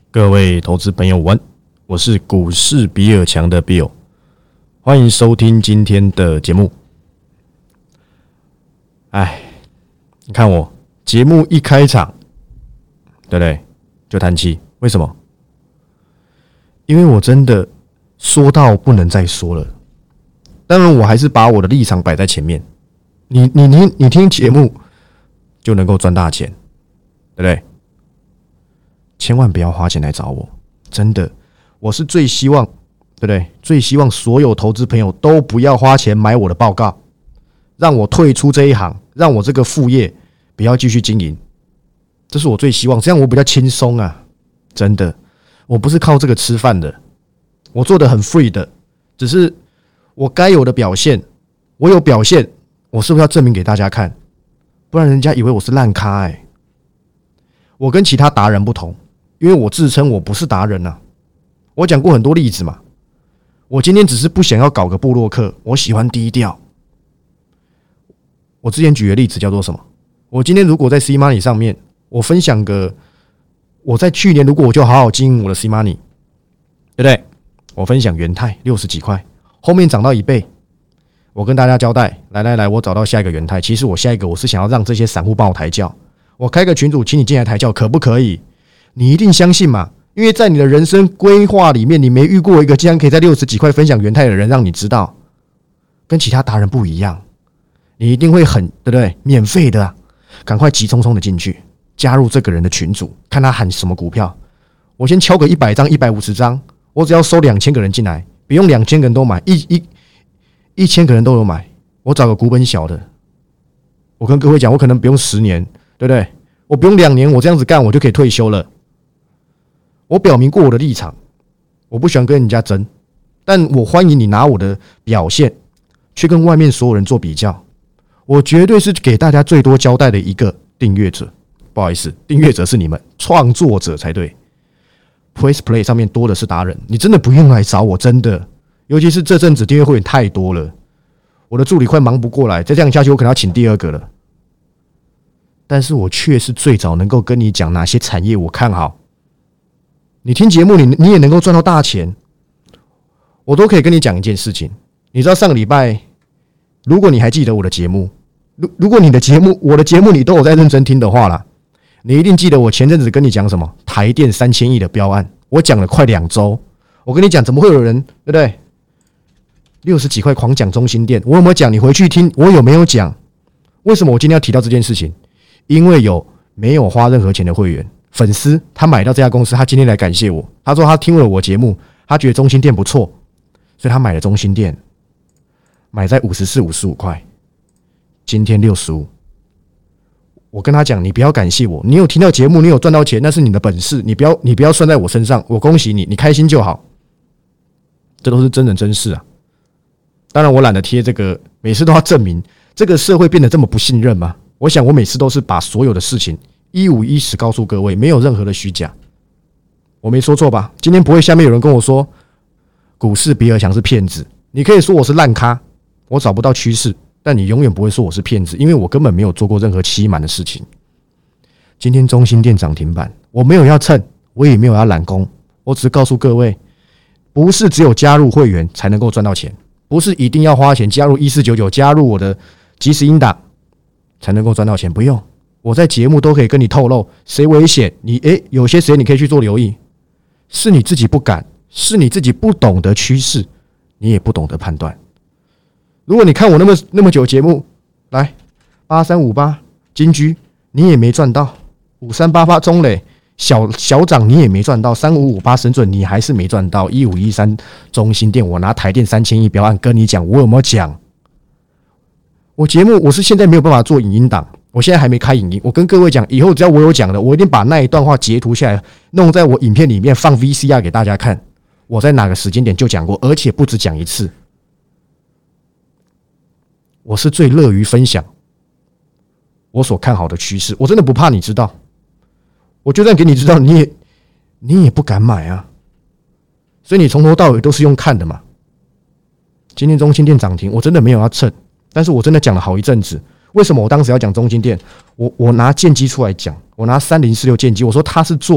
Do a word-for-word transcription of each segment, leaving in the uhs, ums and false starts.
各位投资朋友晚安，我是股市比尔强的 Bill， 欢迎收听今天的节目。哎，你看我节目一开场，对不对？就叹气，为什么？因为我真的说到不能再说了。当然，我还是把我的立场摆在前面。你你你你听节目就能够赚大钱，对不对？千万不要花钱来找我，真的，我是最希望，对不对？最希望所有投资朋友都不要花钱买我的报告，让我退出这一行，让我这个副业不要继续经营，这是我最希望，这样我比较轻松啊！真的，我不是靠这个吃饭的，我做的很 free 的，只是我该有的表现，我有表现，我是不是要证明给大家看？不然人家以为我是烂咖哎、欸！我跟其他达人不同。因为我自称我不是达人啊，我讲过很多例子嘛。我今天只是不想要搞个部落客，我喜欢低调。我之前举的例子叫做什么？我今天如果在 C Money 上面，我分享个我在去年如果我就好好经营我的 C Money， 对不对？我分享元泰六十几块，后面涨到一倍，我跟大家交代，来来来，我找到下一个元泰。其实我下一个我是想要让这些散户帮我抬轿，我开个群组，请你进来抬轿，可不可以？你一定相信嘛？因为在你的人生规划里面，你没遇过一个竟然可以在六十几块分享元泰的人，让你知道跟其他达人不一样，你一定会很对不对？免费的、啊，赶快急匆匆的进去加入这个人的群组，看他喊什么股票。我先敲个一百张、一百五十张，我只要收两千个人进来，不用两千个人都买，一一一千个人都有买。我找个股本小的，我跟各位讲，我可能不用十年，对不对？我不用两年，我这样子干，我就可以退休了。我表明过我的立场，我不喜欢跟人家争，但我欢迎你拿我的表现去跟外面所有人做比较。我绝对是给大家最多交代的一个订阅者，不好意思，订阅者是你们创作者才对。Press Play 上面多的是达人，你真的不用来找我，真的。尤其是这阵子订阅会员太多了，我的助理快忙不过来，再这样下去我可能要请第二个了。但是我却是最早能够跟你讲哪些产业我看好。你听节目你，你也能够赚到大钱。我都可以跟你讲一件事情，你知道上个礼拜，如果你还记得我的节目，如如果你的节目，我的节目你都有在认真听的话啦，你一定记得我前阵子跟你讲什么台电三千亿的标案，我讲了快两周。我跟你讲，怎么会有人对不对？六十几块狂讲中心店，我有没有讲？你回去听，我有没有讲？为什么我今天要提到这件事情？因为有没有花任何钱的会员粉丝，他买到这家公司，他今天来感谢我。他说他听了我节目，他觉得中心店不错，所以他买了中心店，买在五十四、五十五块，今天六十五。我跟他讲，你不要感谢我，你有听到节目，你有赚到钱，那是你的本事，你不要你不要算在我身上。我恭喜你，你开心就好。这都是真人真事啊。当然，我懒得贴这个，每次都要证明这个社会变得这么不信任吗？我想我每次都是把所有的事情一五一十告诉各位，没有任何的虚假。我没说错吧？今天不会下面有人跟我说股市比尔强是骗子。你可以说我是烂咖，我找不到趋势，但你永远不会说我是骗子，因为我根本没有做过任何欺瞒的事情。今天中心店涨停板，我没有要蹭，我也没有要揽功，我只是告诉各位，不是只有加入会员才能够赚到钱，不是一定要花钱加入一四九九，加入我的即时音档才能够赚到钱，不用，我在节目都可以跟你透露谁危险，你诶有些谁你可以去做留意，是你自己不敢，是你自己不懂得趋势，你也不懂得判断。如果你看我那么那么久节目，来八三五八金居你也没赚到，五三八八中磊小小涨你也没赚到，三五五八神准你还是没赚到，一五一三中心店我拿台电三千亿标案跟你讲，我有没有讲？我节目我是现在没有办法做影音档，我现在还没开影音。我跟各位讲，以后只要我有讲的，我一定把那一段话截图下来，弄在我影片里面放 V C R 给大家看。我在哪个时间点就讲过，而且不止讲一次。我是最乐于分享我所看好的趋势，我真的不怕你知道。我就算给你知道，你也你也不敢买啊。所以你从头到尾都是用看的嘛。今天中心店涨停，我真的没有要蹭。但是我真的讲了好一阵子，为什么我当时要讲中心店？我我拿剑基出来讲，我拿三零四六剑基，我说他是做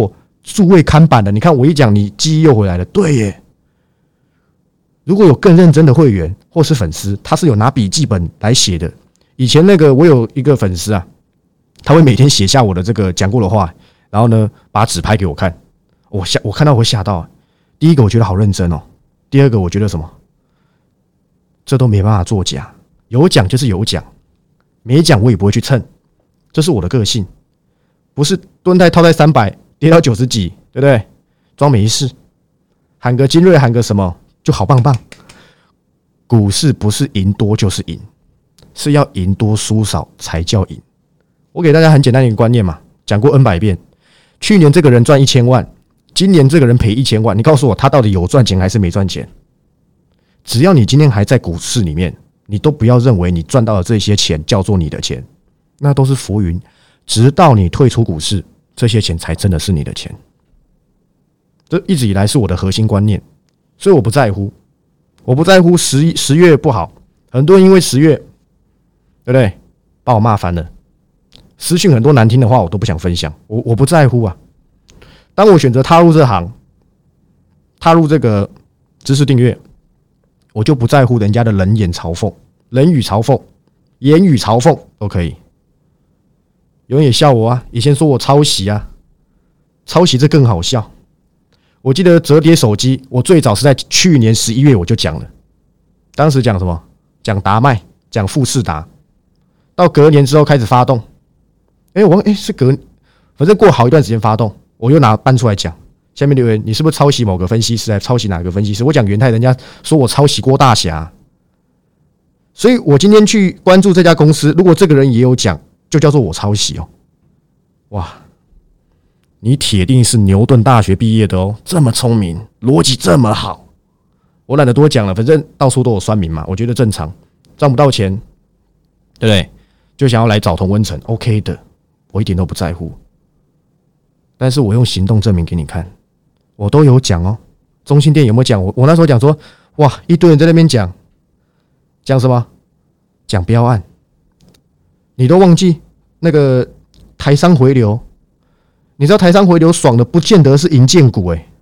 数位看板的，你看我一讲，你记忆又回来了。对耶，如果有更认真的会员或是粉丝，他是有拿笔记本来写的。以前那个我有一个粉丝啊，他会每天写下我的这个讲过的话，然后呢把纸拍给我看。我吓，我看到我会吓到。第一个我觉得好认真哦，第二个我觉得什么？这都没办法作假，有讲就是有讲，没讲我也不会去蹭，这是我的个性，不是蹲泰套在三百跌到九十几，对不对？装没事，喊个精锐，喊个什么就好棒棒。股市不是赢多就是赢，是要赢多输少才叫赢。我给大家很简单的一个观念嘛，讲过 N 百遍。去年这个人赚一千万，今年这个人赔一千万，你告诉我他到底有赚钱还是没赚钱？只要你今天还在股市里面，你都不要认为你赚到的这些钱叫做你的钱，那都是浮云。直到你退出股市，这些钱才真的是你的钱。这一直以来是我的核心观念，所以我不在乎，我不在乎十一十月不好，很多人因为十月，对不对，把我骂翻了，私讯很多难听的话，我都不想分享，我我不在乎啊。当我选择踏入这行，踏入这个知识订阅，我就不在乎人家的冷眼嘲讽、冷语嘲讽、言语嘲讽都可以。有人也笑我啊，以前说我抄袭啊，抄袭这更好笑。我记得折叠手机，我最早是在去年十一月我就讲了，当时讲什么？讲达麦，讲富士达，到隔年之后开始发动。哎、欸，我哎、欸、是隔，反正过好一段时间发动，我又拿搬出来讲。下面留言，你是不是抄袭某个分析师？还抄袭哪个分析师？我讲元泰，人家说我抄袭郭大侠，所以我今天去关注这家公司，如果这个人也有讲，就叫做我抄袭哦。哇，你铁定是牛顿大学毕业的哦，这么聪明，逻辑这么好。我懒得多讲了，反正到处都有酸民嘛，我觉得正常，赚不到钱，对不对？就想要来找同温层 ，OK 的，我一点都不在乎。但是我用行动证明给你看，我都有讲哦。中信店有没有讲？我我那时候讲说，哇，一堆人在那边讲，讲什么？讲标案，你都忘记那个台商回流。你知道台商回流爽的，不见得是营建股哎。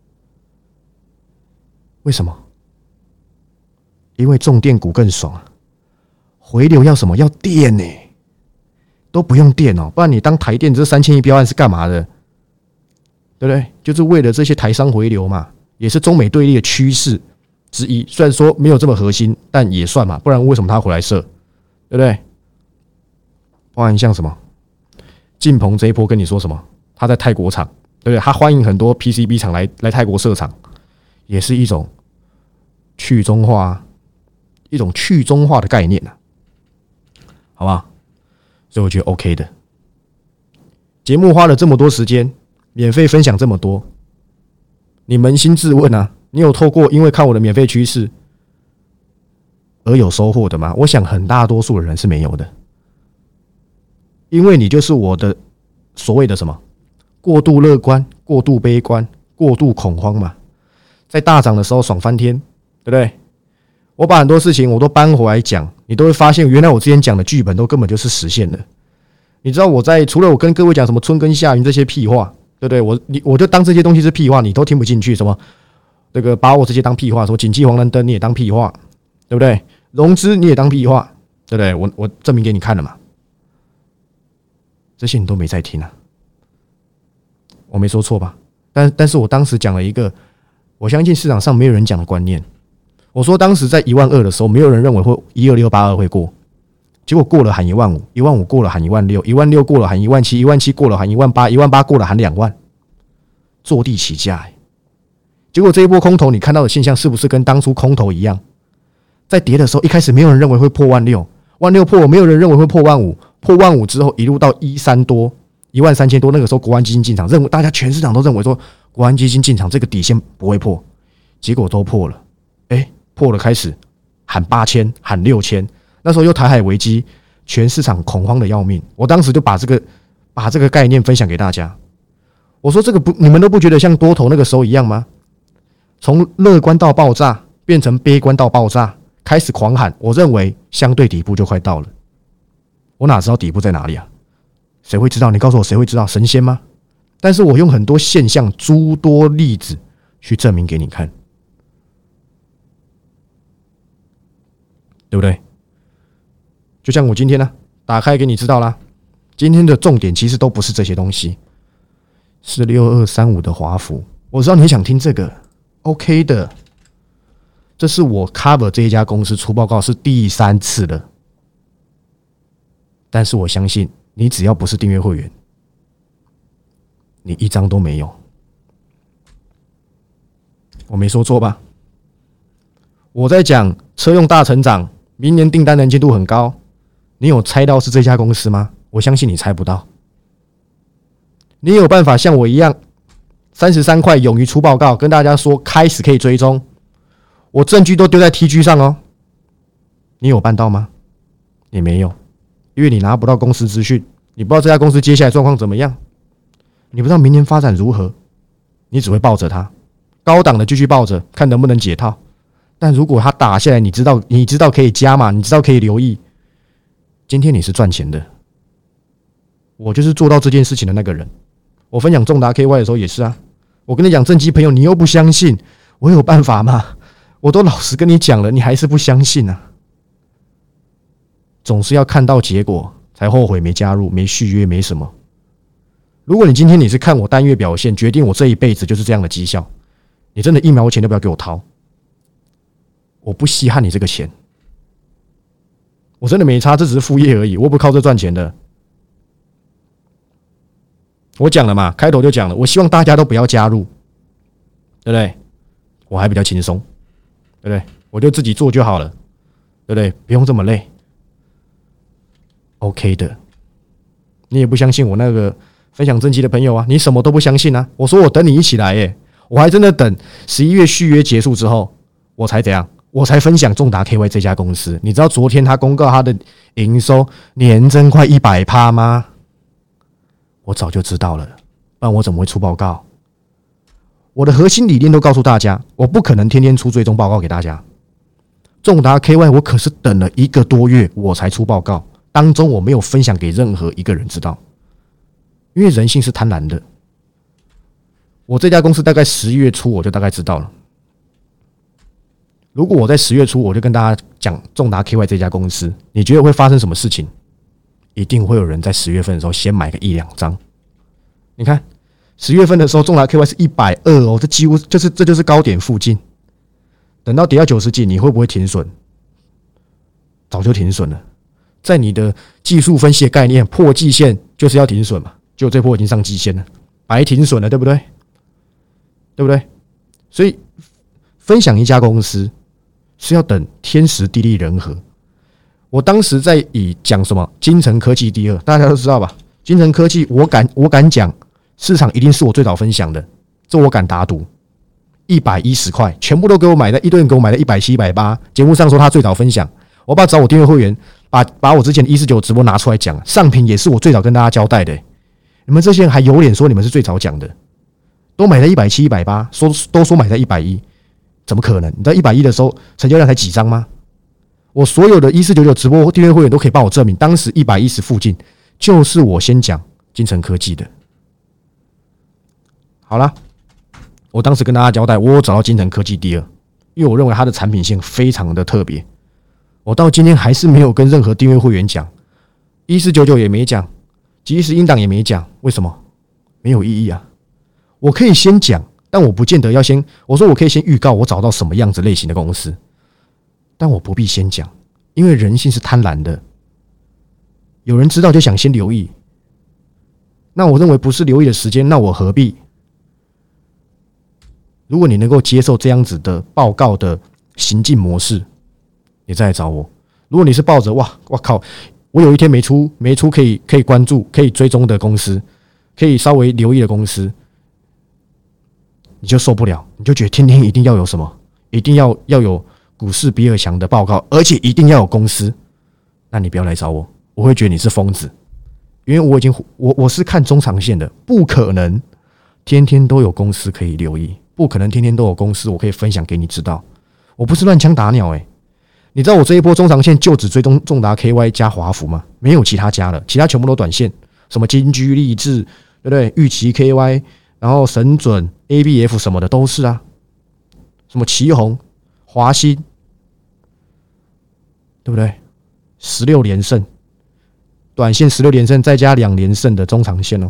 为什么？因为重电股更爽啊。回流要什么？要电呢、欸，都不用电哦，不然你当台电这三千亿标案是干嘛的？对不对？就是为了这些台商回流嘛，也是中美对立的趋势之一。虽然说没有这么核心，但也算嘛，不然为什么他回来设？对不对？包含像什么晋鹏这一波跟你说什么？他在泰国厂，对不对？他欢迎很多 P C B 厂来来泰国设厂，也是一种去中化，一种去中化的概念啊，好不好？所以我觉得 OK 的。节目花了这么多时间，免费分享这么多，你扪心自问啊，你有透过因为看我的免费趋势而有收获的吗？我想很大多数的人是没有的，因为你就是我的所谓的什么过度乐观、过度悲观、过度恐慌嘛，在大涨的时候爽翻天，对不对？我把很多事情我都搬回来讲，你都会发现原来我之前讲的剧本都根本就是实现了。你知道我在除了我跟各位讲什么春耕夏耘这些屁话，对不对？我你我就当这些东西是屁话，你都听不进去。什么那个把我这些当屁话，说景气黄蓝灯你也当屁话，对不对？融资你也当屁话，对不对？我我证明给你看了嘛，这些你都没在听啊，我没说错吧？但但是我当时讲了一个，我相信市场上没有人讲的观念。我说当时在一万二的时候，没有人认为会一二六八二会过，结果过了喊一万五，一万五过了喊一万六，一万六过了喊一万七，一万七过了喊一万八，一万八过了喊两万，坐地起价、欸。结果这一波空头，你看到的现象是不是跟当初空头一样？在跌的时候，一开始没有人认为会破万六，万六破，没有人认为会破万五，破万五之后一路到一三多，一万三千多，那个时候国安基金进场，认为大家全市场都认为说国安基金进场这个底线不会破，结果都破了，哎、欸。破了，开始喊八千，喊六千。那时候又台海危机，全市场恐慌的要命。我当时就把这个把这个概念分享给大家。我说这个不，你们都不觉得像多头那个时候一样吗？从乐观到爆炸，变成悲观到爆炸，开始狂喊。我认为相对底部就快到了。我哪知道底部在哪里啊？谁会知道？你告诉我，谁会知道？神仙吗？ 但是我用很多现象、诸多例子去证明给你看，对不对？就像我今天呢、啊，打开给你知道啦。今天的重点其实都不是这些东西，是六二三五的华孚。我知道你想听这个 ，OK 的。这是我 cover 这一家公司出报告是第三次了，但是我相信你只要不是订阅会员，你一张都没有。我没说错吧？我在讲车用大成长，明年订单能见度很高，你有猜到是这家公司吗？我相信你猜不到。你有办法像我一样三十三块勇于出报告，跟大家说开始可以追踪，我证据都丢在 T G 上哦。你有办到吗？你没有，因为你拿不到公司资讯，你不知道这家公司接下来状况怎么样，你不知道明年发展如何，你只会抱着它，高档的继续抱着，看能不能解套。但如果它打下来，你知道你知道可以加码，你知道可以留意，今天你是赚钱的。我就是做到这件事情的那个人。我分享重达 K Y 的时候也是啊，我跟你讲正机朋友，你又不相信，我有办法吗？我都老实跟你讲了，你还是不相信啊。总是要看到结果才后悔没加入、没续约、没什么。如果你今天你是看我单月表现，决定我这一辈子就是这样的绩效，你真的一毛钱都不要给我掏，我不稀罕你这个钱，我真的没差，这只是副业而已，我不靠这赚钱的。我讲了嘛，开头就讲了，我希望大家都不要加入，对不对？我还比较轻松，对不对？我就自己做就好了，对不对？不用这么累 ，OK 的。你也不相信我那个分享正机的朋友啊，你什么都不相信啊？我说我等你一起来耶，我还真的等十一月续约结束之后，我才怎样？我才分享重达 K Y 这家公司。你知道昨天他公告他的营收年增快 百分之百 吗？我早就知道了，不然我怎么会出报告？我的核心理念都告诉大家，我不可能天天出追踪报告给大家。重达 K Y 我可是等了一个多月我才出报告，当中我没有分享给任何一个人知道，因为人性是贪婪的。我这家公司大概十月初我就大概知道了。如果我在十月初我就跟大家讲重达 K Y 这家公司，你觉得会发生什么事情？一定会有人在十月份的时候先买个一两张。你看十月份的时候重达 K Y 是一百二十哦，这几乎就是这就是高点附近。等到跌到九十几，你会不会停损？早就停损了。在你的技术分析的概念，破季线就是要停损嘛，就这波已经上季线了，白停损了，对不对？对不对？所以分享一家公司是要等天时地利人和。我当时在以讲什么精诚科技第二，大家都知道吧？精诚科技，我敢我敢讲，市场一定是我最早分享的，这我敢打赌。一百一十块，全部都给我买的，一堆人给我买的一百七、一百八。节目上说他最早分享，我把找我订阅会员，把把我之前的一四九直播拿出来讲，上品也是我最早跟大家交代的、欸。你们这些人还有脸说你们是最早讲的？都买在一百七、一百八，说都说买在一百一，怎么可能？你在一百一的时候，成交量才几张吗？我所有的一四九九直播订阅会员都可以帮我证明，当时一百一十附近就是我先讲精诚科技的。好啦，我当时跟大家交代，我有找到精诚科技第二，因为我认为它的产品线非常的特别。我到今天还是没有跟任何订阅会员讲，一四九九也没讲，即时音档也没讲，为什么？没有意义啊！我可以先讲，但我不见得要先。我说我可以先预告我找到什么样子类型的公司。但我不必先讲，因为人性是贪婪的。有人知道就想先留意，那我认为不是留意的时间，那我何必？如果你能够接受这样子的报告的行进模式，你再来找我。如果你是抱着哇，我靠，我有一天没出没出可以可以关注、可以追踪的公司，可以稍微留意的公司，你就受不了，你就觉得天天一定要有什么，一定要要有。股市比尔强的报告，而且一定要有公司，那你不要来找我，我会觉得你是疯子，因为我已经我我是看中长线的，不可能天天都有公司可以留意，不可能天天都有公司我可以分享给你知道，我不是乱枪打鸟哎、欸，你知道我这一波中长线就只追踪重达 K Y 加华孚吗？没有其他家了，其他全部都短线，什么金居、励志、 对不对？预期 K Y， 然后神准 A B F 什么的都是啊，什么旗宏、华兴，对不对？十六连胜，短线十六连胜，再加两连胜的中长线哦。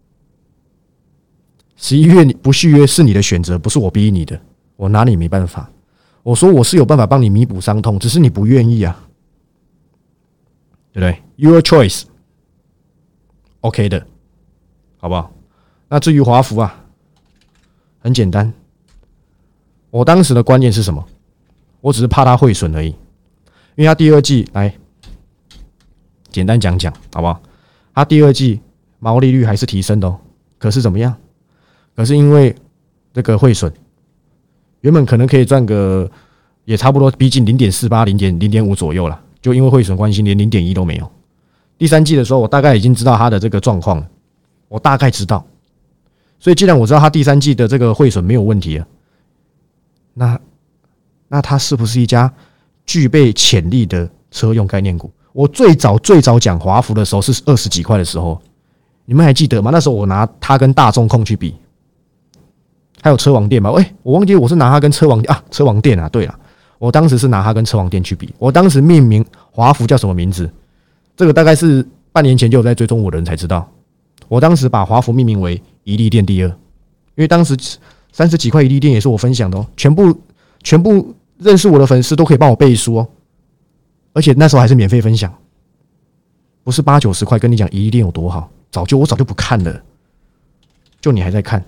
十一月你不续约是你的选择，不是我逼你的，我拿你没办法。我说我是有办法帮你弥补伤痛，只是你不愿意啊，对不对 ？Your choice，OK 的，好不好？那至于华孚啊，很简单，我当时的观念是什么？我只是怕它汇损而已，因为它第二季来简单讲讲，好不好？它第二季毛利率还是提升的哦，可是怎么样？可是因为这个汇损，原本可能可以赚个也差不多逼近 零点四八、零点五 左右了，就因为汇损关系，连 零点一 都没有。第三季的时候，我大概已经知道它的这个状况了，我大概知道。所以既然我知道它第三季的这个汇损没有问题了，那那它是不是一家具备潜力的车用概念股？我最早最早讲华孚的时候是二十几块的时候，你们还记得吗？那时候我拿它跟大众控去比。还有车王店嘛？喂、欸，我忘记我是拿它跟车王啊，车王店啊，对了，我当时是拿它跟车王店去比。我当时命名华孚叫什么名字？这个大概是半年前就有在追踪我的人才知道。我当时把华孚命名为宜利店第二，因为当时三十几块宜利店也是我分享的哦，全部全部认识我的粉丝都可以帮我背书哦，而且那时候还是免费分享，不是八九十块跟你讲宜利店有多好，早就我早就不看了，就你还在看。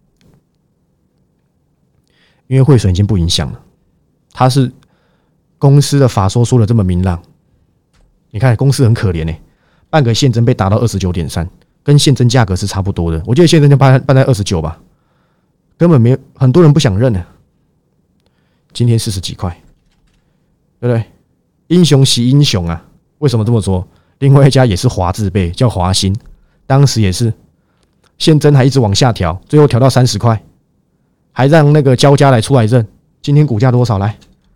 因为汇损已经不影响了，它是公司的法说说的这么明朗，你看公司很可怜哎、欸，半个现增被打到 二十九点三， 跟现增价格是差不多的，我记得现增就办办在二十九吧，根本没有很多人不想认呢。今天四十几块，对不对？英雄惜英雄啊！为什么这么说？另外一家也是华字辈，叫华兴，当时也是现增还一直往下调，最后调到三十块。还让那个交加来出来认，今天股价多少来？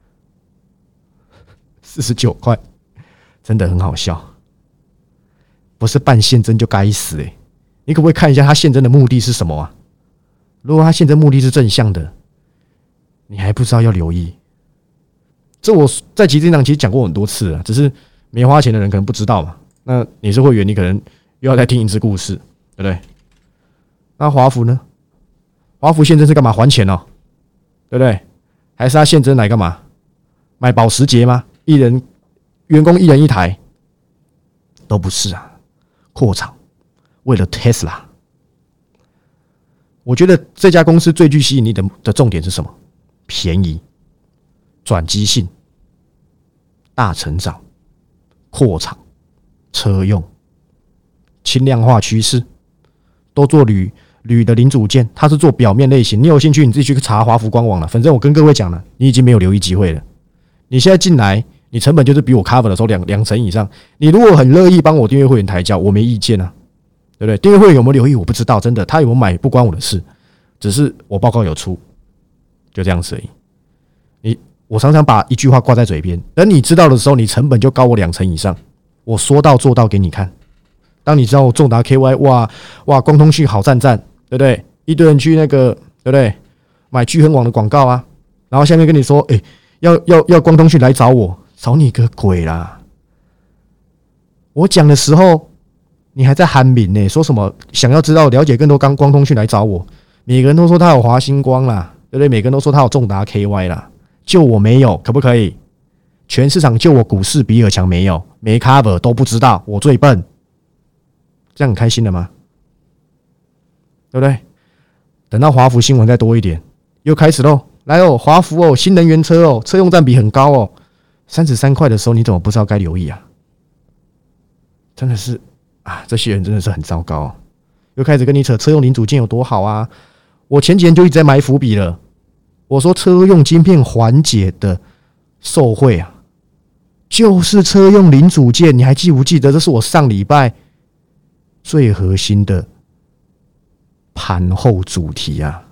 四十九块，真的很好笑。不是办现增就该死哎、欸！你可不可以看一下他现增的目的是什么啊？如果他现增目的是正向的，你还不知道要留意。这我在集资上其实讲过很多次了，只是没花钱的人可能不知道嘛。那你是会员，你可能又要再听一次故事，对不对？那华孚呢？华孚现增是干嘛？还钱哦，对不对？还是他现增来干嘛？买保时捷吗？一人员工一人一台，都不是啊，扩厂为了 Tesla。我觉得这家公司最具吸引力的的重点是什么？便宜、转机性、大成长、扩厂、车用、轻量化趋势，都做铝。铝的零组件，它是做表面类型。你有兴趣，你自己去查华孚官网了。反正我跟各位讲了，你已经没有留意机会了。你现在进来，你成本就是比我 cover 的时候两两成以上。你如果很乐意帮我订阅会员抬价，我没意见啊，对不对？订阅会员有没有留意，我不知道，真的，他有没有买不关我的事，只是我报告有出，就这样子而已。你我常常把一句话挂在嘴边，等你知道的时候，你成本就高我两成以上。我说到做到给你看。当你知道我重达 K Y， 哇哇，光通讯好赞赞。对不对？一堆人去那个，对不对？买聚亨网的广告啊，然后下面跟你说，哎、欸，要要要光通讯来找我，找你个鬼啦！我讲的时候，你还在喊名呢，说什么想要知道了解更多光光通讯来找我。每个人都说他有华星光啦，对不对？每个人都说他有重达 K Y 啦，就我没有，可不可以？全市场就我股市比尔强没有，没 cover 都不知道，我最笨，这样很开心了吗？对不对？等到华孚新闻再多一点，又开始喽，来哦，华孚哦，新能源车哦，车用占比很高哦，三十三块的时候，你怎么不知道该留意啊？真的是啊，这些人真的是很糟糕、哦，又开始跟你扯车用零组件有多好啊！我前几天就一直在埋伏笔了，我说车用晶片环节的受惠啊，就是车用零组件，你还记不记得？这是我上礼拜最核心的盘后主题啊，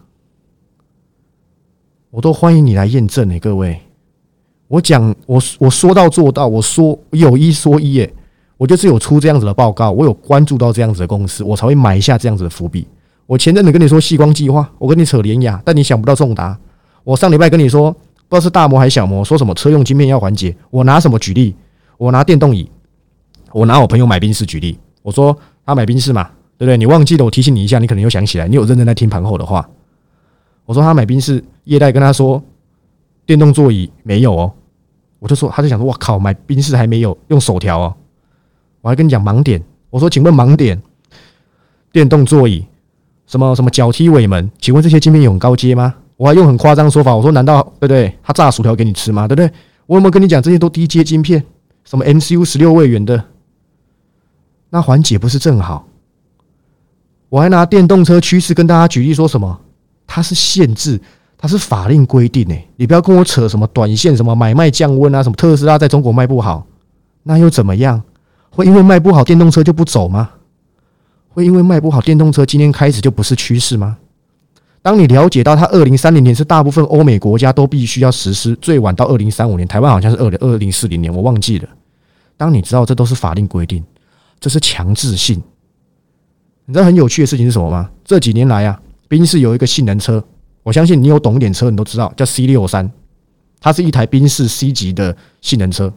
我都欢迎你来验证诶、欸，各位，我讲我我说到做到，我说有一说一诶、欸， 我就是有出这样子的报告，我有关注到这样子的公司，我才会埋下这样子的伏笔。我前阵子跟你说矽光计划，我跟你扯联亚，但你想不到重达。我上礼拜跟你说，不知道是大摩还是小摩，说什么车用晶片要缓解，我拿什么举例？我拿电动椅，我拿我朋友买宾士举例。我说他买宾士嘛，对不对？你忘记了，我提醒你一下，你可能又想起来，你有认真在听盘后的话。我说他买宾士，业代跟他说电动座椅没有哦，我就说他就想说，哇靠，买宾士还没有用手调哦。我还跟你讲盲点，我说请问盲点，电动座椅什么什么脚踢尾门，请问这些晶片有很高阶吗？我还用很夸张的说法，我说难道对不对？他炸薯条给你吃吗？对不对？我有没有跟你讲这些都低阶晶片？什么 M C U 十六位元的，那缓解不是正好？我还拿电动车趋势跟大家举例说什么？它是限制，它是法令规定诶、欸，你不要跟我扯什么短线什么买卖降温啊，什么特斯拉在中国卖不好，那又怎么样？会因为卖不好电动车就不走吗？会因为卖不好电动车今天开始就不是趋势吗？当你了解到它二零三零年是大部分欧美国家都必须要实施，最晚到二零三五年，台湾好像是二零四零年，我忘记了。当你知道这都是法令规定，这是强制性。你知道很有趣的事情是什么吗？这几年来啊，宾士有一个性能车，我相信你有懂一点车，你都知道，叫 C 六十三，它是一台宾士 C 级的性能车。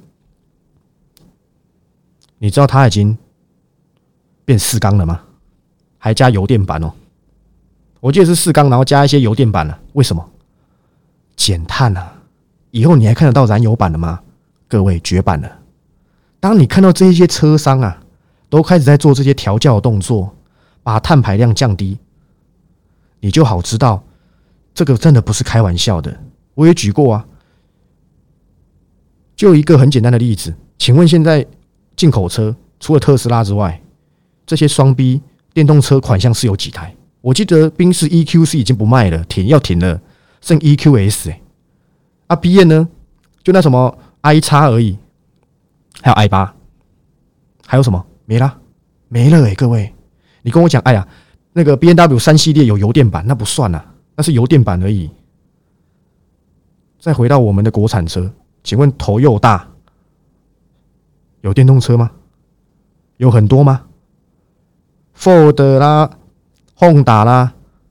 你知道它已经变四缸了吗？还加油电版哦，我记得是四缸，然后加一些油电版了。为什么？减碳啊！以后你还看得到燃油版了吗？各位，绝版了。当你看到这些车商啊，都开始在做这些调教的动作，把碳排量降低，你就好知道这个真的不是开玩笑的。我也举过啊，就一个很简单的例子，请问现在进口车除了特斯拉之外，这些双 B 电动车款项是有几台？我记得宾士 E Q C 已经不卖了，停要停了，剩 E Q S 哎、欸，啊 B N 呢，就那什么 i 叉而已，还有 i 八，还有什么没啦？没了哎、欸，各位，你跟我讲，哎呀，那个 B M W 三系列有油电版，那不算啊，那是油电版而已。再回到我们的国产车，请问Toyota有电动车吗？有很多吗 ？Ford 啦 ，Honda 啦，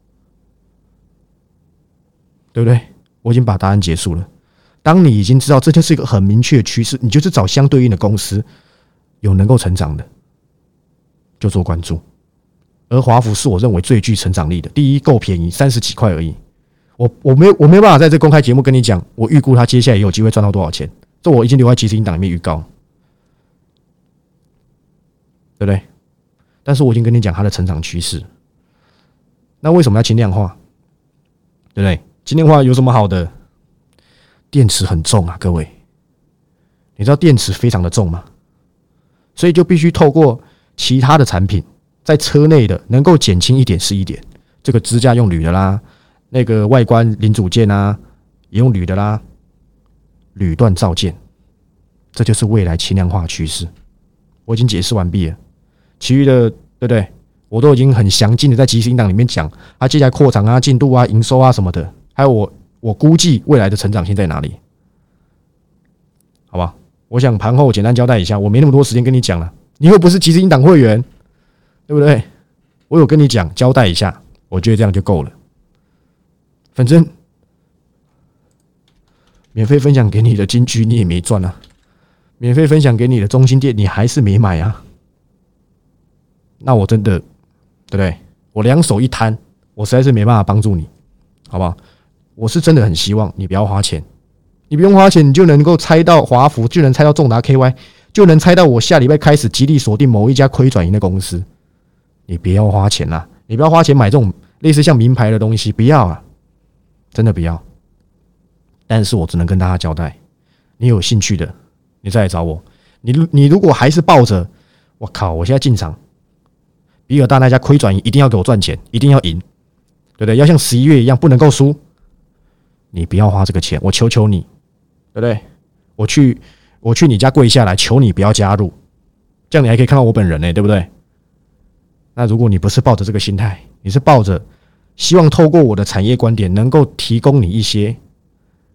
对不对？我已经把答案结束了。当你已经知道这就是一个很明确的趋势，你就是找相对应的公司有能够成长的，就做关注。而华孚是我认为最具成长力的。第一，够便宜，三十几块而已。我我没我没办法在这公开节目跟你讲，我预估它接下来也有机会赚到多少钱。这我已经留在即时音档里面预告，对不对？但是我已经跟你讲它的成长趋势。那为什么要轻量化？对不对？轻量化有什么好的？电池很重啊，各位，你知道电池非常的重吗？所以就必须透过其他的产品，在车内的能够减轻一点是一点。这个支架用铝的啦，那个外观零组件啊也用铝的啦，铝锻造件，这就是未来轻量化趋势。我已经解释完毕了，其余的对不对？我都已经很详尽的在即时音档里面讲，它接下来扩厂啊、进度啊、营收啊什么的，还有我我估计未来的成长性在哪里，好吧？我想盘后简单交代一下，我没那么多时间跟你讲了，你又不是即时音档会员，对不对？我有跟你讲交代一下，我觉得这样就够了。反正免费分享给你的金居你也没赚啊，免费分享给你的中心店你还是没买啊，那我真的对不对？我两手一摊，我实在是没办法帮助你，好不好？我是真的很希望你不要花钱，你不用花钱，你就能够猜到华孚，就能猜到重达 K Y， 就能猜到我下礼拜开始极力锁定某一家亏转盈的公司。你不要花钱啦，你不要花钱买这种类似像名牌的东西，不要啊，真的不要。但是我只能跟大家交代，你有兴趣的，你再来找我。你你如果还是抱着，我靠，我现在进场，比尔大那家亏转盈，一定要给我赚钱，一定要赢，对不对？要像十一月一样，不能够输。你不要花这个钱，我求求你，对不对？我去，我去你家跪下来，求你不要加入，这样你还可以看到我本人呢、欸，对不对？那如果你不是抱着这个心态，你是抱着希望透过我的产业观点，能够提供你一些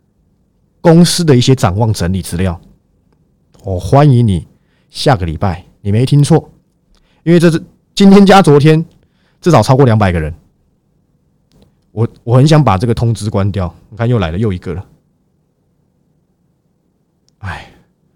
公司的一些展望整理资料，我欢迎你下个礼拜你没听错，因为这是今天加昨天至少超过两百个人。我我很想把这个通知关掉，你看又来了又一个了。哎，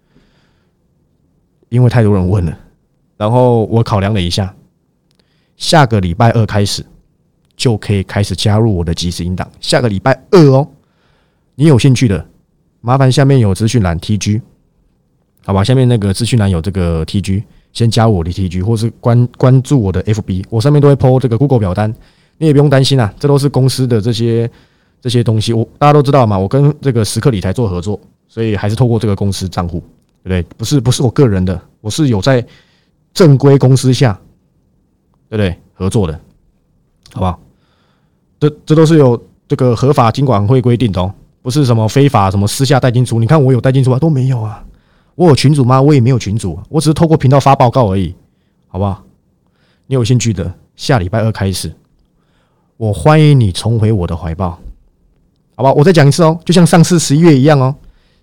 因为太多人问了，然后我考量了一下，下个礼拜二开始就可以开始加入我的即时音档。下个礼拜二哦，你有兴趣的，麻烦下面有资讯栏 T G， 好吧？下面那个资讯栏有这个 T G， 先加入我的 T G， 或是关关注我的 F B， 我上面都会 po 这个 Google 表单，你也不用担心啊，这都是公司的这些这些东西，我大家都知道嘛，我跟这个时刻理财做合作，所以还是透过这个公司账户，对不对？不是不是我个人的，我是有在正规公司下，对不对？合作的，好不好？这这都是有这个合法金管会规定的哦，不是什么非法什么私下带进出。你看我有带进出啊，都没有啊。我有群组吗？我也没有群组，我只是透过频道发报告而已，好不好？你有兴趣的，下礼拜二开始，我欢迎你重回我的怀抱，好不好？我再讲一次哦，就像上次十一月一样哦，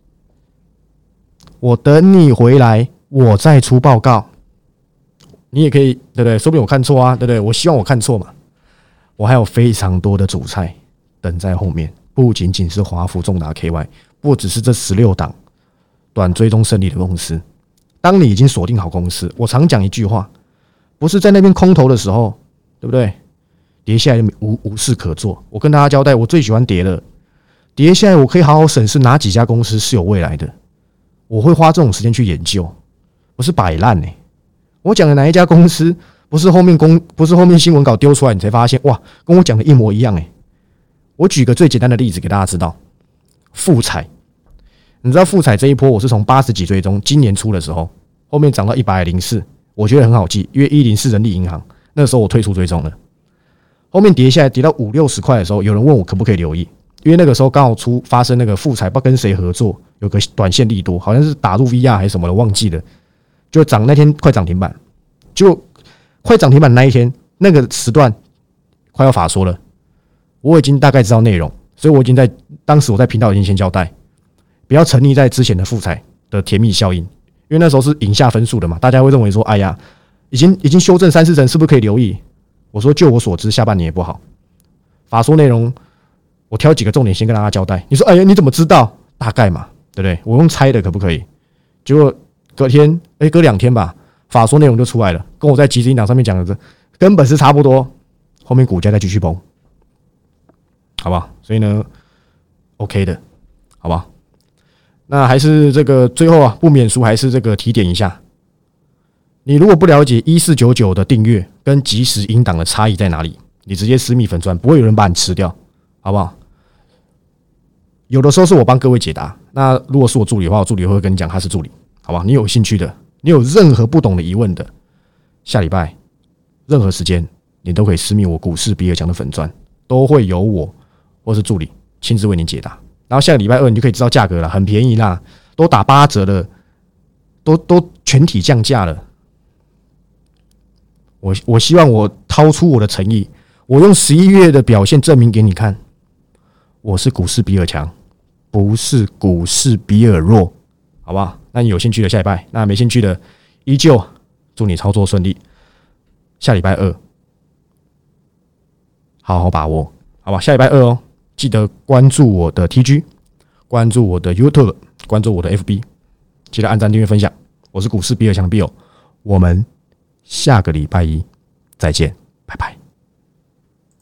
我等你回来，我再出报告。你也可以，对不对？说不定我看错啊，对不对？我希望我看错嘛。我还有非常多的主菜等在后面，不仅仅是华孚、重达 K Y， 不只是这十六档短追踪胜利的公司。当你已经锁定好公司，我常讲一句话，不是在那边空头的时候，对不对？跌下来无无事可做。我跟大家交代，我最喜欢跌了，跌下来我可以好好审视哪几家公司是有未来的，我会花这种时间去研究，不是摆烂欸。我讲的哪一家公司，不是后面公不是后面新闻稿丢出来，你才发现哇，跟我讲的一模一样哎。我举个最简单的例子给大家知道，富彩，你知道富彩这一波我是从八十几追踪，今年初的时候，后面涨到一百零四，我觉得很好记，因为一零四人力银行那时候我退出追踪了，后面跌下来跌到五六十块的时候，有人问我可不可以留意，因为那个时候刚好出发生那个富彩不知道跟谁合作，有个短线利多，好像是打入 V R 还是什么的，忘记了。就涨那天快涨停板，就快涨停板那一天那个时段快要法说了，我已经大概知道内容，所以我已经在当时我在频道已经先交代，不要沉溺在之前的富彩的甜蜜效应，因为那时候是赢下分数的嘛，大家会认为说，哎呀，已经已经修正三四成，是不是可以留意？我说，就我所知，下半年也不好。法说内容，我挑几个重点先跟大家交代。你说，哎呀，你怎么知道？大概嘛，对不对？我用猜的可不可以？结果隔天，哎、欸，隔两天吧，法说内容就出来了，跟我在即时音档上面讲的这根本是差不多。后面股价再继续崩，好不好？所以呢 ，OK 的，好不好？那还是这个最后啊，不免俗，还是这个提点一下。你如果不了解一四九九的订阅跟即时音档的差异在哪里，你直接私密粉专，不会有人把你吃掉，好不好？有的时候是我帮各位解答，那如果是我助理的话，我助理会跟你讲他是助理。好吧，你有兴趣的，你有任何不懂的疑问的，下礼拜任何时间你都可以私密我股市比尔强的粉专，都会由我或是助理亲自为你解答。然后下个礼拜二你就可以知道价格了，很便宜啦，都打八折了，都都全体降价了。我我希望我掏出我的诚意，我用十一月的表现证明给你看，我是股市比尔强，不是股市比尔弱。好不好？那你有兴趣的下礼拜，那没兴趣的依旧祝你操作顺利。下礼拜二好好把握，好吧？下礼拜二哦，记得关注我的 T G， 关注我的 YouTube， 关注我的 F B， 记得按赞、订阅、分享。我是股市比尔强的 Bill， 我们下个礼拜一再见，拜拜。